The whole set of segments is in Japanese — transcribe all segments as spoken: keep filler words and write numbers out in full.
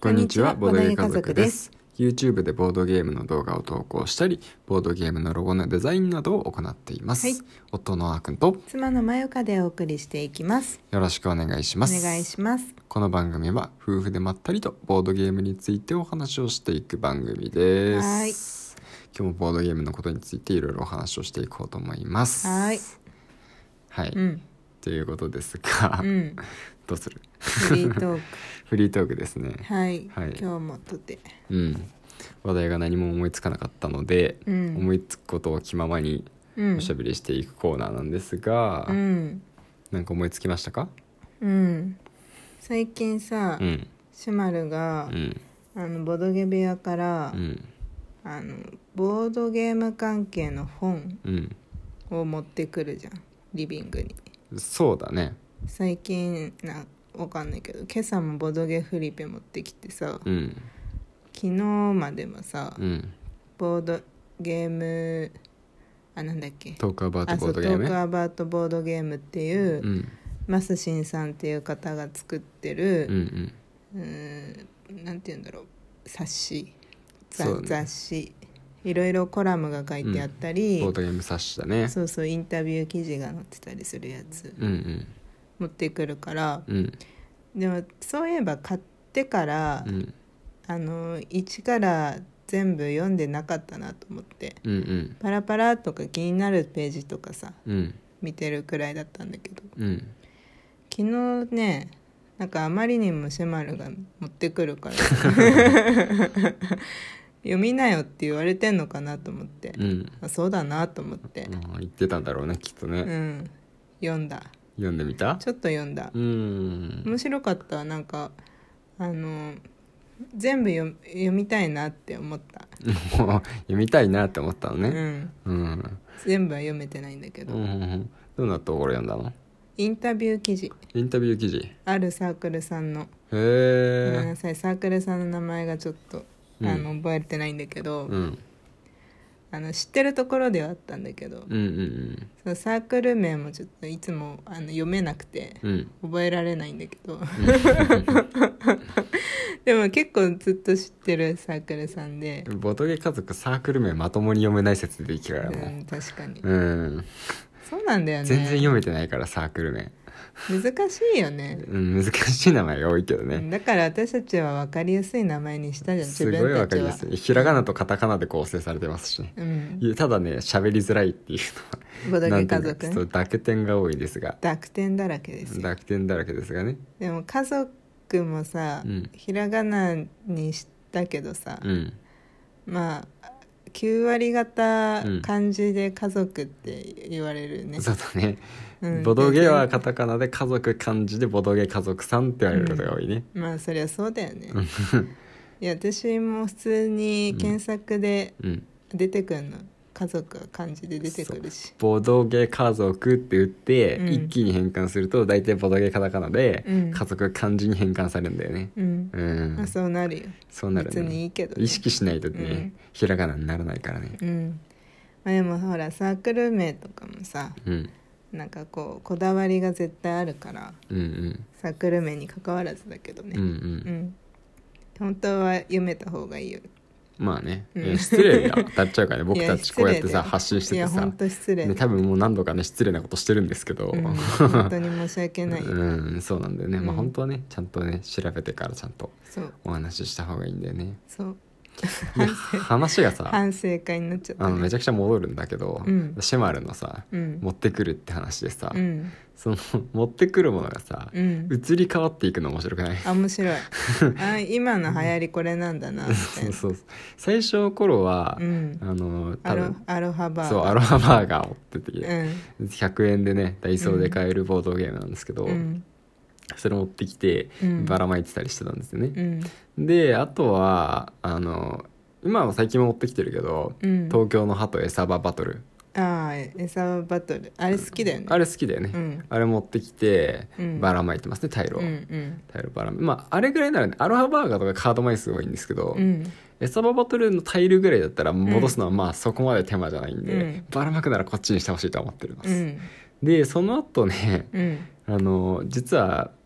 こんにちは、ボードゲー家族です。YouTube でボードゲームの動画を投稿したり、ボードゲームのロゴのデザインなどを行っています。はい、夫のあーくんと妻のまゆかでお送りしていきます。 よろしくお願いします。 お願いします。 この番組は夫婦でまったりとボードゲームについてお話をしていく番組です。 はい。 今日もボードゲームのことについていろいろお話をしていこうと思います。 はい。 はい。 うん、 ということですが、 うん、 どうする？ フリートーク。 フリートークですね。 はい。 はい、 今日もとて。 うん。話題が何も思いつかなかったので、 うん、 思いつくことを気ままにおしゃべりしていくコーナーなんですが、 うん、 なんか思いつきましたか？ うん。最近さ、 うん、 シュマルが、 うん、 あのボドゲ部屋から、 うん、 あのボードゲーム関係の本うん、 を持ってくるじゃん、リビングに。 そうだね。 最近なわかんないけど、今朝もボドゲフリペ持ってきてさ、 うん、 昨日までもさ、 うん、 ボードゲームあなんだっけトークアバウトあボードゲーム、 そうトークアバウトボードゲームっていう、 うん、 マスシンさんっていう方が作ってる、 うんうん、 うーんなんていうんだろう、冊子、 そうね、 雑誌、いろいろコラムが書いてあったり、 うん、ボードゲーム冊子だね。 そうそう、インタビュー記事が載ってたりするやつ、 うんうん、 持ってくるから、 うん、 でもそういえば買ってから、 うん、 あの一から全部読んでなかったなと思って、 うんうん、 パラパラとか気になるページとかさ、 うん、 見てるくらいだったんだけど、 うん、 昨日ね、なんかあまりにもシェマルが持ってくるから読みなよって言われてんのかなと思って、 うん、 あそうだなと思って、 うん、言ってたんだろうねきっとね、 うん、読んだ。 読んでみた？ ちょっと読んだ。 うん、 面白かった。なんかあの全部 読, 読みたいなって思った。 読みたいなって思ったのね、 うんうん、 全部は読めてないんだけど、 うんうん、どんなところ読んだの？ インタビュー記事、 インタビュー記事、 あるサークルさんの、 へえ、 ごめんなさい、サークルさんの名前がちょっと、 うん、 あの覚えてないんだけど、 うん、 あの知ってるところではあったんだけど、 うんうん、 そのサークル名もちょっといつもあの読めなくて、 うん、 覚えられないんだけど、うん、でも結構ずっと知ってるサークルさんで、 ボトゲ家族サークル名まともに読めない説できるからもう、 うん、確かに、 うん、 そうなんだよね、 全然読めてないからサークル名難しいよね、 うん、難しい名前が多いけどね。 だから私たちは分かりやすい名前にしたじゃん、 すごい分かりやすい。ひらがなとカタカナで構成されてますしね、 うん、 いやただね喋りづらいっていうのはボドゲ家族ね、 そう濁点が多いですが、 濁点だらけですよ。 濁点だらけですがね。 でも家族もさ、うん、ひらがなにしたけどさ、 うん、まあきゅう割方漢字で家族って言われるね、 うん、そうだね、うん、ボドゲはカタカナで家族漢字でボドゲ家族さんって言われることが多いね、 うん、まあそりゃそうだよねいや私も普通に検索で出てくるの、家族は漢字で出てくるし、 ボドゲ家族って打って、うん、一気に変換すると大体ボドゲカタカナで、うん、家族漢字に変換されるんだよね、 うんうん、あそうなるよ。 そうなる、ね、 別にいいけど、ね、 意識しないとね、うん、ひらがなにならないからね、 うんまあ、でもほらサークル名とかもさ、うん、なんかこうこだわりが絶対あるから、うんうん、サークル名に関わらずだけどね、うんうんうん、本当は読めた方がいいよ。 まあね、うん、失礼が当たっちゃうからね僕たちこうやってさ発信しててさ、いや本当失礼、ね、 多分もう何度かね失礼なことしてるんですけど、 うん、本当に申し訳ないうんそうなんだよね、うん、まあ本当はねちゃんとね調べてからちゃんとお話しした方がいいんだよね。 そう話がさ反省会になっちゃった、ね、 あのめちゃくちゃ戻るんだけど、うん、シェマルのさ、うん、持ってくるって話でさ、うん、その持ってくるものがさ、うん、移り変わっていくの面白くない？ あ面白いあ今の流行りこれなんだなみたいなそうそう最初の頃は、うん、あのアロ、アロハバーガーそうアロハバーガー持ってて、うん、ひゃくえんでねダイソーで買えるボードゲームなんですけど、うんそれ持ってきてばらまいてたりしてたんですよね、うん、であとはあの今は最近も持ってきてるけど、うん、東京の鳩餌場バトル、 ああ餌場バトルあれ好きだよね、 あれ好きだよね、うん、あれ持ってきてばらまいてますねタイルを、うんうん、タイルばらままああれぐらいならねアロハバーガーとかカード枚数多いんですけど、うん、餌場バトルのタイルぐらいだったら戻すのはまあそこまで手間じゃないんで、うん、ばらまくならこっちにしてほしいと思ってます、うん、でその後ね、うん、あの実は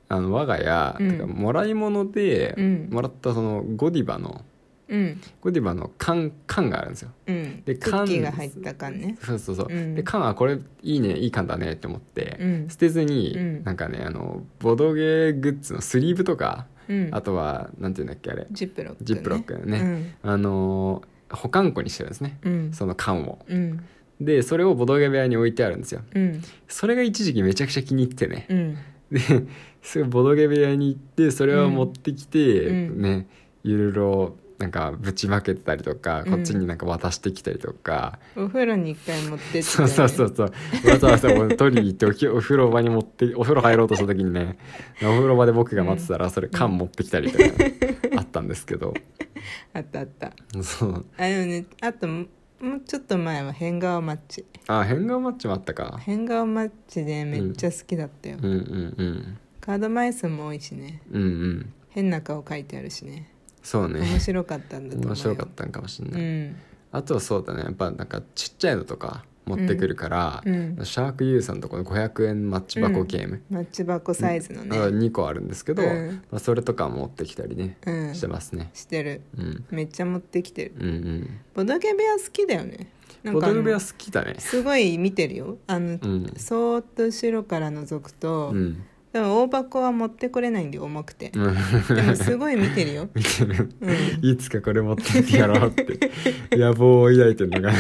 あの我が家、 うんてかもらい物でうんもらったそのゴディバのうんゴディバの缶缶があるんですよ。 うんでクッキーが入った缶ね。 そうそうそう、 うんで缶はこれいいねいい缶だねって思って、 うん捨てずに、 うんなんかねあのボドゲグッズのスリーブとか、 うんあとはなんていうんだっけあれジップロックねジップロックね、あの保管庫にしてるんですね、 うんその缶を。 うんでそれをボドゲ部屋に置いてあるんですよ。 うんそれが一時期めちゃくちゃ気に入ってね、 うんで、すぐボドゲ部屋に行ってそれを持ってきて、 うんねいろいろなんかぶちまけてたりとか、 うんこっちになんか渡してきたりとか、 お風呂に一回持ってってたそうよねそうそうそうわざわざもう取りに行っておきお風呂場に持ってお風呂入ろうとした時にねお風呂場で僕が待ってたらそれ缶持ってきたりとか、あったんですけどあったあったそうあでもねあとももうちょっと前は変顔マッチあ変顔マッチもあったか。 変顔マッチでめっちゃ好きだったよ、 うんうんうんカード枚数も多いしねうんうん変な顔書いてあるしねそうね面白かったんだと思うよ面白かったんかもしれない、 うんあとはそうだねやっぱなんかちっちゃいのとか持ってくるから、 うんシャークユーさんのとこのごひゃくえんマッチ箱ゲーム、 マッチ箱サイズのね、 あにこあるんですけど、 うんまあ、それとか持ってきたりね、 うんしてますね。 してるうんめっちゃ持ってきてるうんうんボドゲ部屋好きだよねなんボかあのドゲ部屋好きだね。 すごい見てるよあの、 うんそーっと後ろから覗くと、 うんでも大箱は持ってこれないんで重くてうんでもすごい見てるよ見てる、 うんいつかこれ持ってきてやろうって野望を抱いてるのかな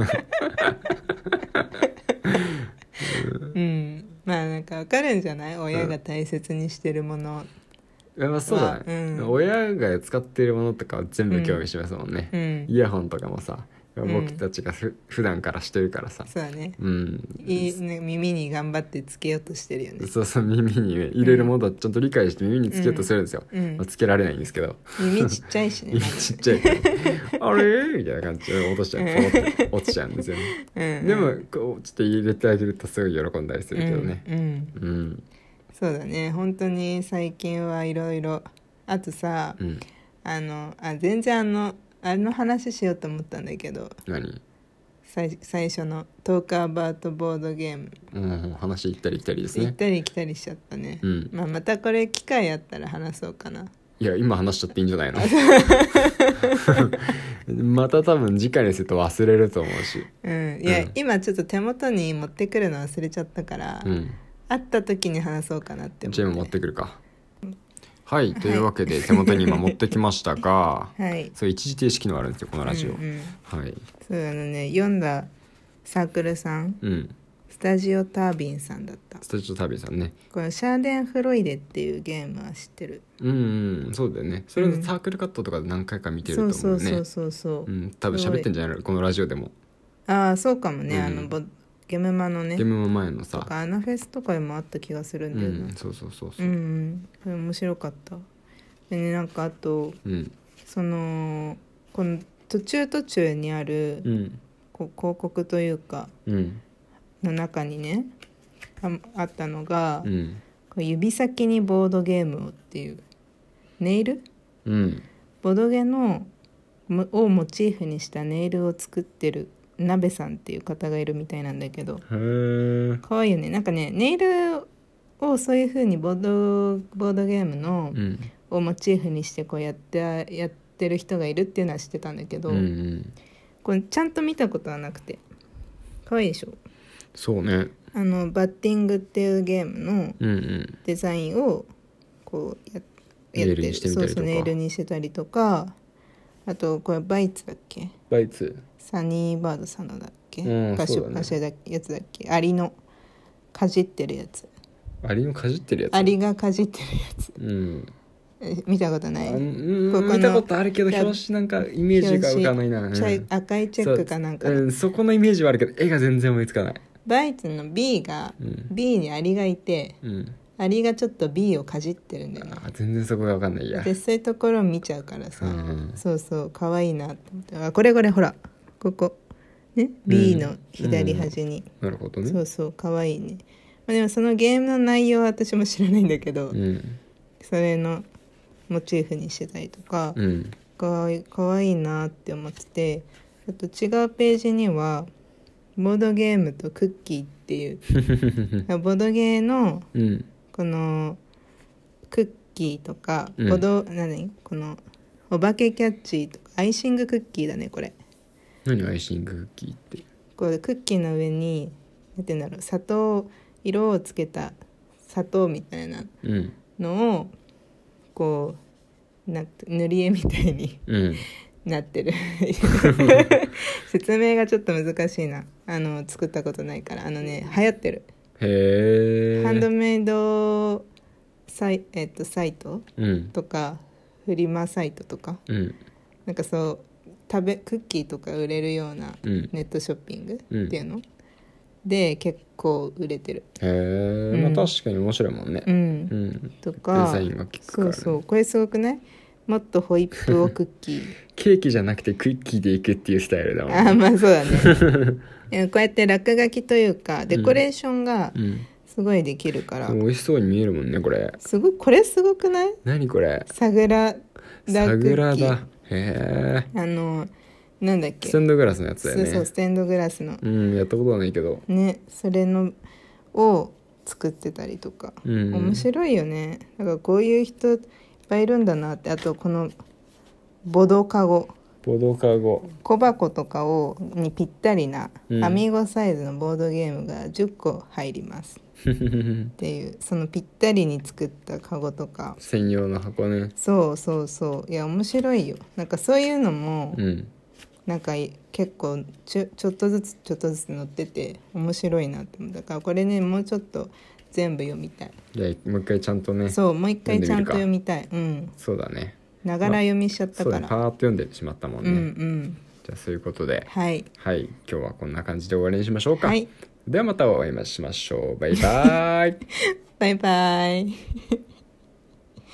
うんまあなんかわかるんじゃない親が大切にしてるものいやまあそうだね、 うん親が使ってるものとかは全部興味しますもんね、 うんイヤホンとかもさん僕たちがふ、普段からしてるからさそうだねうんいいね耳に頑張ってつけようとしてるよねそうそう耳にね入れるものはちゃんと理解して耳につけようとするんですよ、 うんまあ、つけられないんですけど耳ちっちゃいしね耳ちっちゃいからあれみたいな感じで落としちゃうポロって落ちちゃうんですよね、 うんでもこうちょっと入れてあげるとすごい喜んだりするけどねうんうんうんそうだね本当に最近はいろいろあとさ、 うんあのあ全然あのあれの話しようと思ったんだけど何最最初のトークアバウトボードゲーム、 うん話行ったり来たりです行っねたり来たりしちゃったね、 うんまあ、またこれ機会あったら話そうかな。 いや今話しちゃっていいんじゃないのまた多分次回にすると忘れると思うしうんいや、 うん今ちょっと手元に持ってくるの忘れちゃったから、 うん会った時に話そうかなって思って。 じゃあ今持ってくるかはいというわけで手元に今持ってきましたがはいそう一時停止機能あるんですよこのラジオ、 うんうんはいそうあのね読んだサークルさんうんスタジオタービンさんだった。 スタジオタビさんねこのシャーデンフロイデっていうゲームは知ってる？ うんうんそうだよねそれのサークルカットとかで何回か見てるとそ思うねうそうそうそうそう、 うん多分喋ってんじゃないのこのラジオでもああそうかもね、 うんあのボゲムマのねゲームの前のとさかアナフェスとかでもあった気がするんうだよな、 んそうそうそううそう、 んこれ面白かったでねなんかあとうんそのこの途中途中にある、 うんこう広告というかうんの中にね あ, あったのが、 うんこう指先にボードゲームをっていうネイルうんボードゲのもをモチーフにしたネイルを作ってるなべさんっていう方がいるみたいなんだけどへえかわいいよね。なんかねネイルをそういう風にボードボードゲームの、 うんをモチーフにしてこうやってやってる人がいるっていうのは知ってたんだけど、 うんうんこれちゃんと見たことはなくてかわいいでしょ。 そうねあのバッティングっていうゲームのうんうんデザインをこうやネイルにしてみたりとかそうそうネイルにしてたりとか、あとこれバイツだっけバイツサニーバードさんのだっけ、 うん場所そうだね場所だやつだっけアリのかじってるやつアリのかじってるやつアリがかじってるやつうんえ見たことないあうんここの見たことあるけどいや表紙なんかイメージが浮かないな、うん茶い赤いチェックかなんか、 そう、うん、そこのイメージはあるけど絵が全然思いつかないバイツの B が、 うん B にアリがいてうんアリがちょっと B をかじってるんだよね。 あ全然そこが分かんないやでそういうところを見ちゃうからさ、 うんそうそう可愛いなって思ってあこれこれほらここね B の左端に、 なるほどねそうそう可愛いね、まあ、でもそのゲームの内容は私も知らないんだけど、 うんそれのモチーフにしてたりとか、 うんかわいいかわいいなって思ってて、あと違うページにはボードゲームとクッキーっていうボードゲーのうんこのクッキーとか、うん、ボド何このお化けキャッチとかアイシングクッキーだねこれ。 何アイシングクッキーって？ こうクッキーの上になんていうんだろう、砂糖色をつけた砂糖みたいなのをこうな塗り絵みたいに、うん、なってる説明がちょっと難しいな、あの作ったことないから。あのね流行ってる。 へー。 ハンドメイドサイ、えっと、サイト、うん、とかフリマサイトとか、うん、なんかそう食べクッキーとか売れるようなネットショッピングっていうの、うん、で結構売れてる。 へー、うん、まあ確かに面白いもんね。うん、うん、 とかデザインが効くから、ね、 そうそう、これすごくない？もっとホイップをクッキーケーキじゃなくてクッキーでいくっていうスタイルだもんね。 あ、まあそうだねこうやって落書きというかデコレーションがすごいできるから、 うん、美味しそうに見えるもんねこれ。 すごい、これすごくない？ 何これ？ サグラダクッキー。 サグラダ、へー。 あのなんだっけ、 ステンドグラスのやつだよね。 そうそう、ステンドグラスの、 うん、やったことはないけどね、それのを作ってたりとか、うん、面白いよね。だからこういう人いっぱいいるんだなって。あとこのボドカゴボドカゴ小箱とかをにぴったりなアミーゴサイズのボードゲームがじゅっこ入りますっていう、そのぴったりに作ったカゴとか専用の箱ね。 そうそうそう、いや面白いよ。なんかそういうのも、うん、なんか結構ちょ、ちょっとずつちょっとずつ載ってて面白いなって思う。だからこれねもうちょっと全部読みたい。 じゃあもう一回ちゃんとね。 そうもう一回ちゃんと読みたい。うん、 そうだね、 ながら読みしちゃったから、まあ、 そうね、パーッと読んでしまったもんね。うんうん、じゃあそういうことで、 はい、 はい、今日はこんな感じで終わりにしましょうか。 はい、 ではまたお会いしましょう。バイバイバイバイ